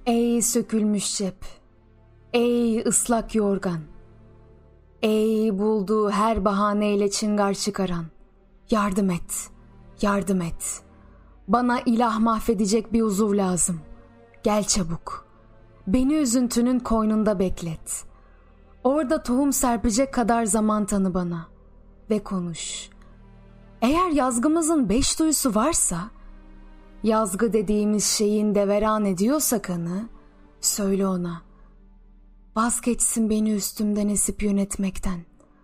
Ey sökülmüş cep, ey ıslak yorgan, ey bulduğu her bahaneyle çıngar çıkaran, yardım et, yardım et. Bana ilah mahvedecek bir uzuv lazım. Gel çabuk, beni üzüntünün koynunda beklet. Orada tohum serpecek kadar zaman tanı bana ve konuş. Eğer yazgımızın 5 duyusu varsa, yazgı dediğimiz şeyin deveran ediyorsa kanı, söyle ona. Vazgeçsin beni üstümden esip yönetmekten.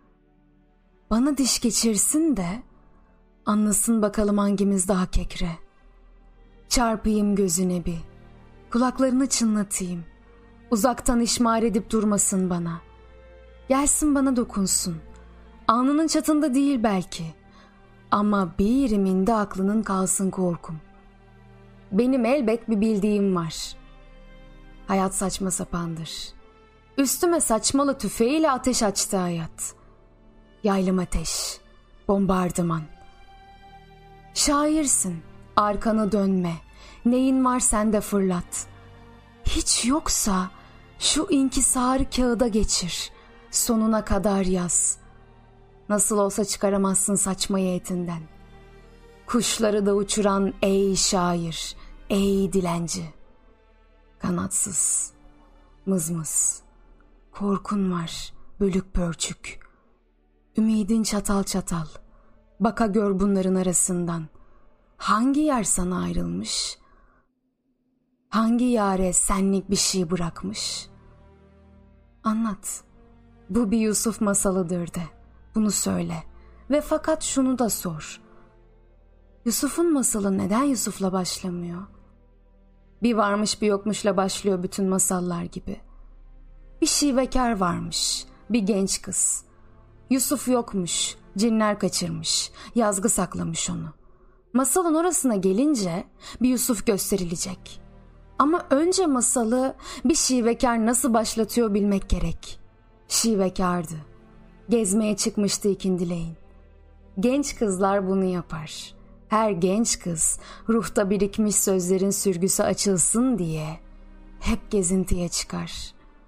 Bana diş geçirsin de anlasın bakalım hangimiz daha kekre. Çarpayım gözüne bir, kulaklarını çınlatayım. Uzaktan işmar edip durmasın bana. Gelsin bana dokunsun. Alnının çatında değil belki. Ama bir yeriminde aklının kalsın korkum. Benim elbet bir bildiğim var. Hayat saçma sapandır. Üstüme saçmalı tüfeğiyle ateş açtı hayat. Yaylım ateş, bombardıman. Şairsin, arkanı dönme. Neyin var sen de fırlat. Hiç yoksa şu inkisarı kağıda geçir. Sonuna kadar yaz. Nasıl olsa çıkaramazsın saçmayı etinden. Kuşları da uçuran ey şair, ey dilenci. Kanatsız, mızmız, korkun var, bölük pörçük. Ümidin çatal çatal, baka gör bunların arasından. Hangi yer sana ayrılmış? Hangi yare senlik bir şey bırakmış? Anlat, bu bir Yusuf masalıdır de, bunu söyle ve fakat şunu da sor. Yusuf'un masalı neden Yusuf'la başlamıyor? Bir varmış bir yokmuşla başlıyor bütün masallar gibi. Bir şivekar varmış, bir genç kız. Yusuf yokmuş, cinler kaçırmış, yazgı saklamış onu. Masalın orasına gelince bir Yusuf gösterilecek. Ama önce masalı bir şivekar nasıl başlatıyor bilmek gerek. Şivekardı. Gezmeye çıkmıştı ikindileyin. Genç kızlar bunu yapar. Her genç kız ruhta birikmiş sözlerin sürgüsü açılsın diye hep gezintiye çıkar.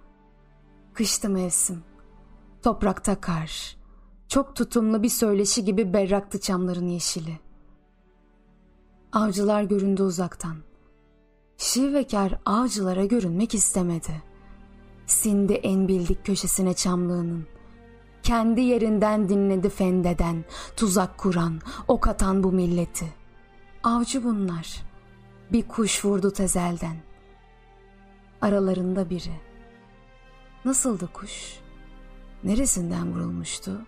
Kıştı mevsim. Toprakta kar. Çok tutumlu bir söyleşi gibi berraktı çamların yeşili. Avcılar göründü uzaktan. Şivekar avcılara görünmek istemedi. Sindi en bildik köşesine çamlığının. Kendi yerinden dinledi fendeden, tuzak kuran, ok atan bu milleti. Avcı bunlar. Bir kuş vurdu tezelden. Aralarında biri. Nasıldı kuş? Neresinden vurulmuştu?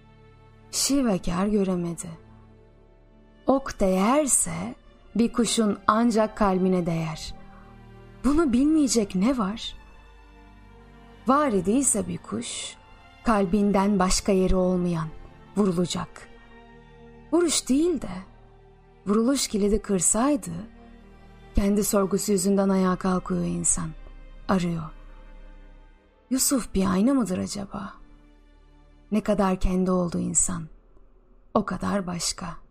Şivekar göremedi. Ok değerse bir kuşun ancak kalbine değer. Bunu bilmeyecek ne var? Var idiyse bir kuş, kalbinden başka yeri olmayan, vurulacak. Vuruş değil de, vuruluş kilidi kırsaydı, kendi sorgusu yüzünden ayağa kalkıyor insan, arıyor. Yusuf bir ayna mıdır acaba? Ne kadar kendi oldu insan, o kadar başka.